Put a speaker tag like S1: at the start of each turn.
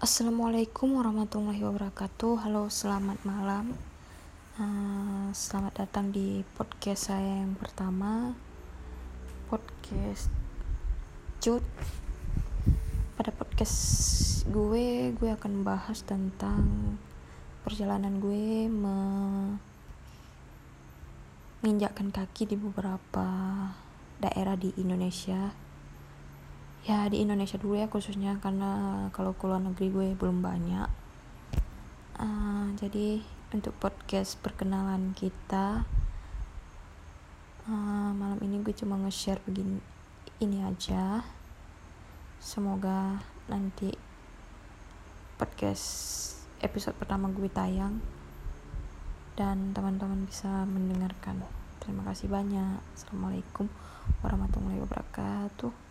S1: Assalamualaikum warahmatullahi wabarakatuh. Halo, selamat malam. Selamat datang di podcast saya yang pertama, podcast Cut. Pada podcast gue akan bahas tentang perjalanan gue menginjakkan kaki di beberapa daerah di Indonesia. Ya, di Indonesia dulu ya khususnya, karena kalau ke luar negeri gue belum banyak. Jadi untuk podcast perkenalan kita, malam ini gue cuma nge-share begini ini aja. Semoga nanti podcast episode pertama gue tayang dan teman-teman bisa mendengarkan. Terima kasih banyak. Assalamualaikum warahmatullahi wabarakatuh.